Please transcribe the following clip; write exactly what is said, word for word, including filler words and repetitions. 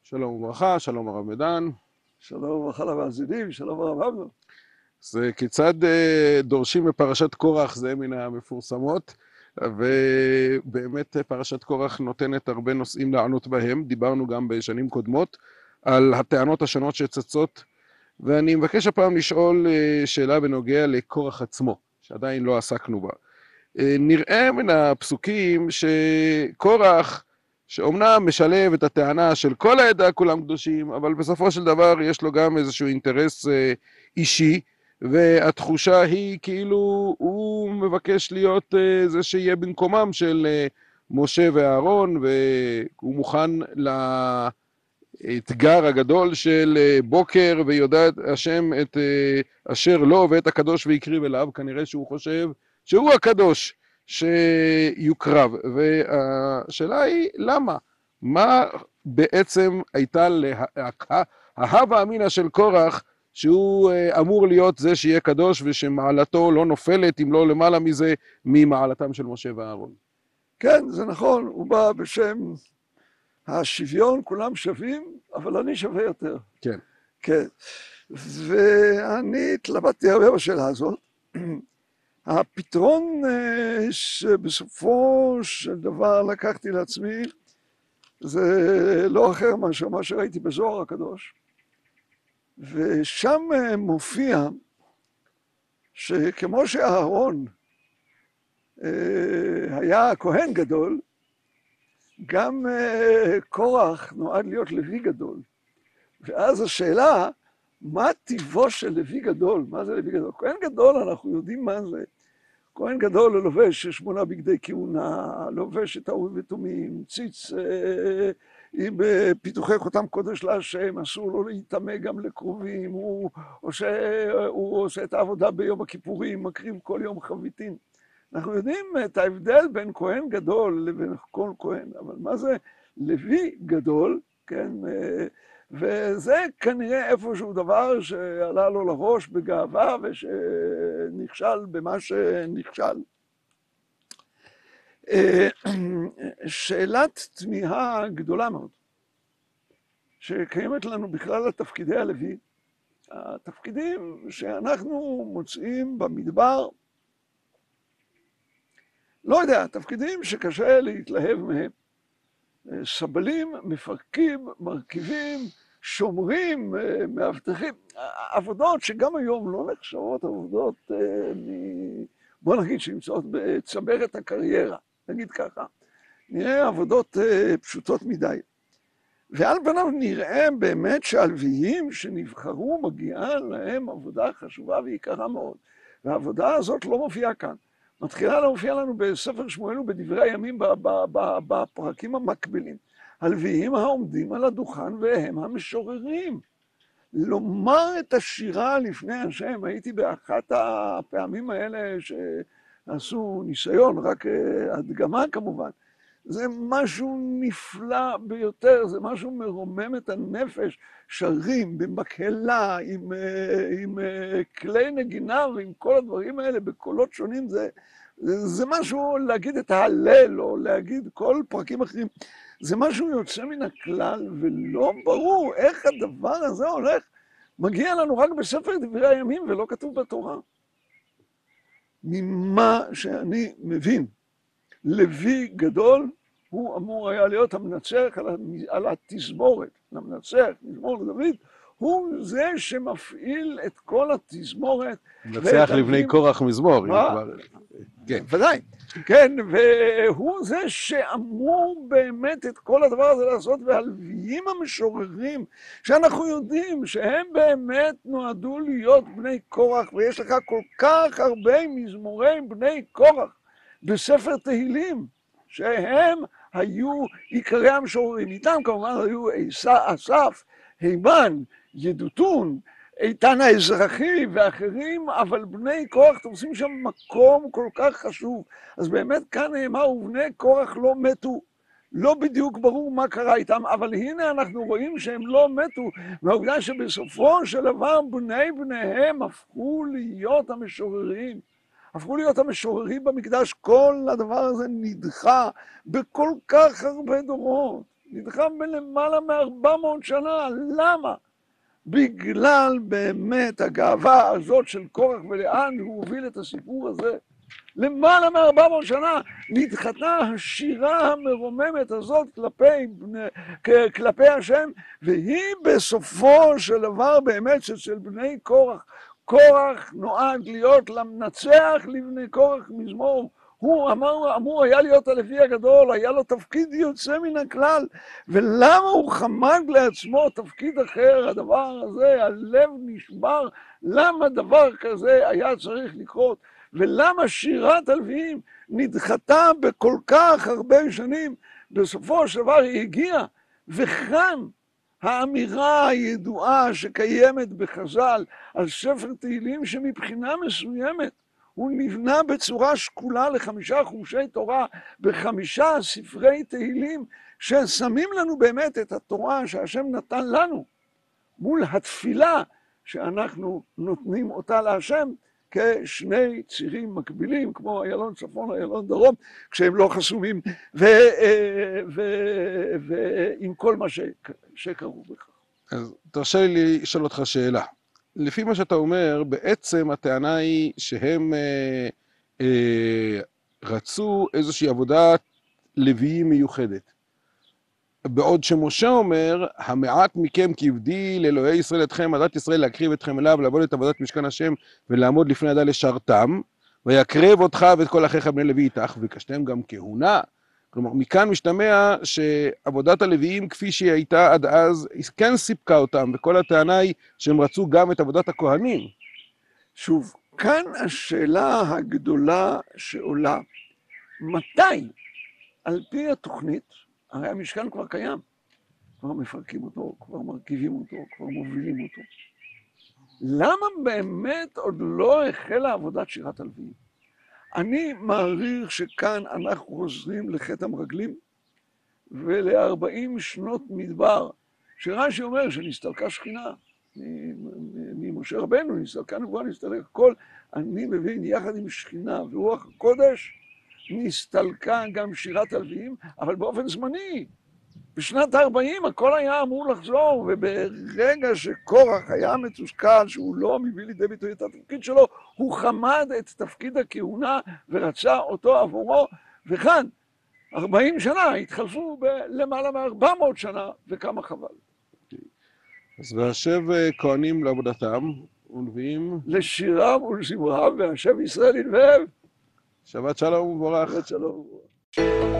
שלום וברכה, שלום הרב מדן. שלום וברכה למאזינים, שלום הרב אמנון. אז כיצד אה, דורשים בפרשת קורח, זה מן המפורסמות, ובאמת פרשת קורח נותנת הרבה נושאים לענות בהם. דיברנו גם בשנים קודמות על הטענות השונות שצצות, ואני מבקש הפעם לשאול אה, שאלה בנוגע לקורח עצמו, שעדיין לא עסקנו בה. אה, נראה מן הפסוקים שקורח, שאומנם משלב את הטענה של כל העדה כולם קדושים, אבל בסופו של דבר יש לו גם איזשהו אינטרס אה, אישי, והתחושה היא כאילו הוא מבקש להיות אה, זה שיהיה במקומם של אה, משה ואהרון, והוא מוכן לאתגר הגדול של אה, בוקר ויודע השם את אה, אשר לו ואת הקדוש ויקריב אליו. כנראה שהוא חושב שהוא הקדוש שיוקרב, והשאלה היא למה? מה בעצם הייתה להווה אמינא של קורח שהוא אמור להיות זה שיהיה קדוש ושמעלתו לא נופלת אם לא למעלה מזה ממעלתם של משה ואהרון? כן, זה נכון, הוא בא בשם השוויון, כולם שווים, אבל אני שווה יותר. כן. כן, ואני התלבטתי הרבה בשאלה הזאת. הפתרון שבסופו של דבר לקחתי לעצמי, זה לא אחר מאשר מה שראיתי בזוהר הקדוש, ושם מופיע שכמו שאהרון היה כהן גדול, גם קורח נועד להיות לוי גדול. ואז השאלה, מה טיבו של לוי גדול? מה זה לוי גדול? כהן גדול, אנחנו יודעים מה זה. כהן גדול הוא לובש שמונה בגדי כהונה, לובש את האורים ותומים, ציץ אה, עם פיתוחי חותם קודש להשם, אסור לו להתאמה גם לקרובים, הוא עושה, הוא עושה את העבודה ביום הכיפורים, מקריב כל יום חביתין. אנחנו יודעים את ההבדל בין כהן גדול לבין כל כהן, אבל מה זה לוי גדול, כן? וזה כנראה איפשהו דבר שעלה לו לראש בגאווה ושנכשל במה שנכשל. שאלת תמיהה גדולה מאוד, שקיימת לנו בכלל לתפקידי הלוי, התפקידים שאנחנו מוצאים במדבר, לא יודע, תפקידים שקשה להתלהב מהם. סבלים, מפרקים, מרכיבים, שומרים, מאבטחים, עבודות שגם היום לא נחשבות עבודות, בוא נגיד שנמצאות בצמרת הקריירה, נגיד ככה, נראה עבודות פשוטות מדי. ועל פניו נראה באמת שהלוויים שנבחרו מגיעה להם עבודה חשובה ויקרה מאוד, והעבודה הזאת לא מופיעה כאן. מתחילה להופיע לנו בספר שמואל ובדברי הימים בפרקים המקבילים. הלוויים העומדים על הדוכן והם המשוררים. לומר את השירה לפני השם, הייתי באחת הפעמים האלה שעשו ניסיון, רק הדגמה כמובן. זה משהו נפלא ביותר, זה משהו מרומם את הנפש, שרים במקהלה, עם, עם כלי נגינה ועם כל הדברים האלה בקולות שונים, זה, זה משהו להגיד את ההלל או להגיד כל פרקים אחרים, זה משהו יוצא מן הכלל ולא ברור איך הדבר הזה הולך, מגיע לנו רק בספר דברי הימים ולא כתוב בתורה. ממה שאני מבין, לוי גדול, הוא אמור היה להיות המנצח על התזמורת, המנצח, תזמור לדוד, הוא זה שמפעיל את כל התזמורת. מנצח לבני קורח מזמור. כן, ודאי. כן, והוא זה שאמור באמת את כל הדבר הזה לעשות, והלוויים המשוררים, שאנחנו יודעים שהם באמת נועדו להיות בני קורח, ויש לך כל כך הרבה מזמורי בני קורח בספר תהילים, שהם היו עיקרי המשוררים. איתם כמובן היו אסף, הימן, ידותון, איתן האזרחי ואחרים, אבל בני קורח תופסים שם מקום כל כך חשוב. אז באמת כאן נאמר, ובני קורח לא מתו. לא בדיוק ברור מה קרה איתם, אבל הנה אנחנו רואים שהם לא מתו, והעובדה שבסופו של דבר בני בניהם הפכו להיות המשוררים. הפכו להיות המשוררים במקדש, כל הדבר הזה נדחה בכל כך הרבה דורות. נדחה בלמעלה מארבע מאות שנה. למה? בגלל באמת הגאווה הזאת של קורח ולאן הוא הוביל את הסיפור הזה. למעלה מארבע מאות שנה נדחתה השירה המרוממת הזאת כלפי, כלפי השם, והיא בסופו של דבר באמת של בני קורח. קורח נועד להיות למנצח לבני קורח מזמור. הוא אמר, אמור היה להיות הלוי הגדול, היה לו תפקיד יוצא מן הכלל. ולמה הוא חמד לעצמו תפקיד אחר, הדבר הזה, הלב נשבר, למה דבר כזה היה צריך לקרות? ולמה שירת הלוויים נדחתה בכל כך הרבה שנים, בסופו של דבר היא הגיעה, וכאן האמירה הידועה שקיימת בחז"ל על ספר תהילים שמבחינה מסוימת הוא נבנה בצורה שקולה לחמישה חומשי תורה בחמישה ספרי תהילים ששמים לנו באמת את התורה שהשם נתן לנו מול התפילה שאנחנו נותנים אותה להשם כשני צירים מקבילים כמו איילון צפון איילון דרום כשהם לא חסומים ועם כל מה שקרו בכך. אז תרשה לי לשאול אותך שאלה. לפי מה שאתה אומר, בעצם הטענה היא שהם אה, אה, רצו איזושהי עבודת לוויים מיוחדת. בעוד שמשה אומר, המעט מכם כבדי לאלוהי ישראל אתכם, עדת ישראל להקריב אתכם אליו, לעבוד את עבודת משכן השם ולעמוד לפני ידה לשרתם, ויקרב אותך ואת כל אחיך בני לוי איתך, וקשתם גם כהונה. כלומר, מכאן משתמע שעבודת הלוויים כפי שהיא הייתה עד אז, כן סיפקה אותם, וכל הטענה היא שהם רצו גם את עבודת הכהנים. שוב, כאן השאלה הגדולה שעולה, מתי, על פי התוכנית, הרי המשכן כבר קיים, כבר מפרקים אותו, כבר מרכיבים אותו, כבר מובילים אותו. למה באמת עוד לא החלה עבודת שירת הלוויים? אני מעריך שכאן אנחנו חוזרים לחטא המרגלים ול-ארבעים שנות מדבר, שרש"י אומר שנסתלקה שכינה ממשה רבנו, נסתלקה נבואה, נסתלק הכל. אני מבין יחד עם שכינה ורוח הקודש נסתלקה גם שירת הלוויים, אבל באופן זמני. בשנת ה-ארבעים הכל היה אמור לחזור, וברגע שקורח היה מתוסכל שהוא לא מביא לידי ביטוי את התפקיד שלו, הוא חמד את תפקיד הכהונה ורצה אותו עבורו, וכאן ארבעים שנה התחלפו בלמעלה מ-ארבע מאות שנה, וכמה חבל. אז והשב כהנים לעבודתם, ולוויים לשירם ולזמרם, והשב ישראל ינבב. שבת שלום וברך. שבת שלום וברך.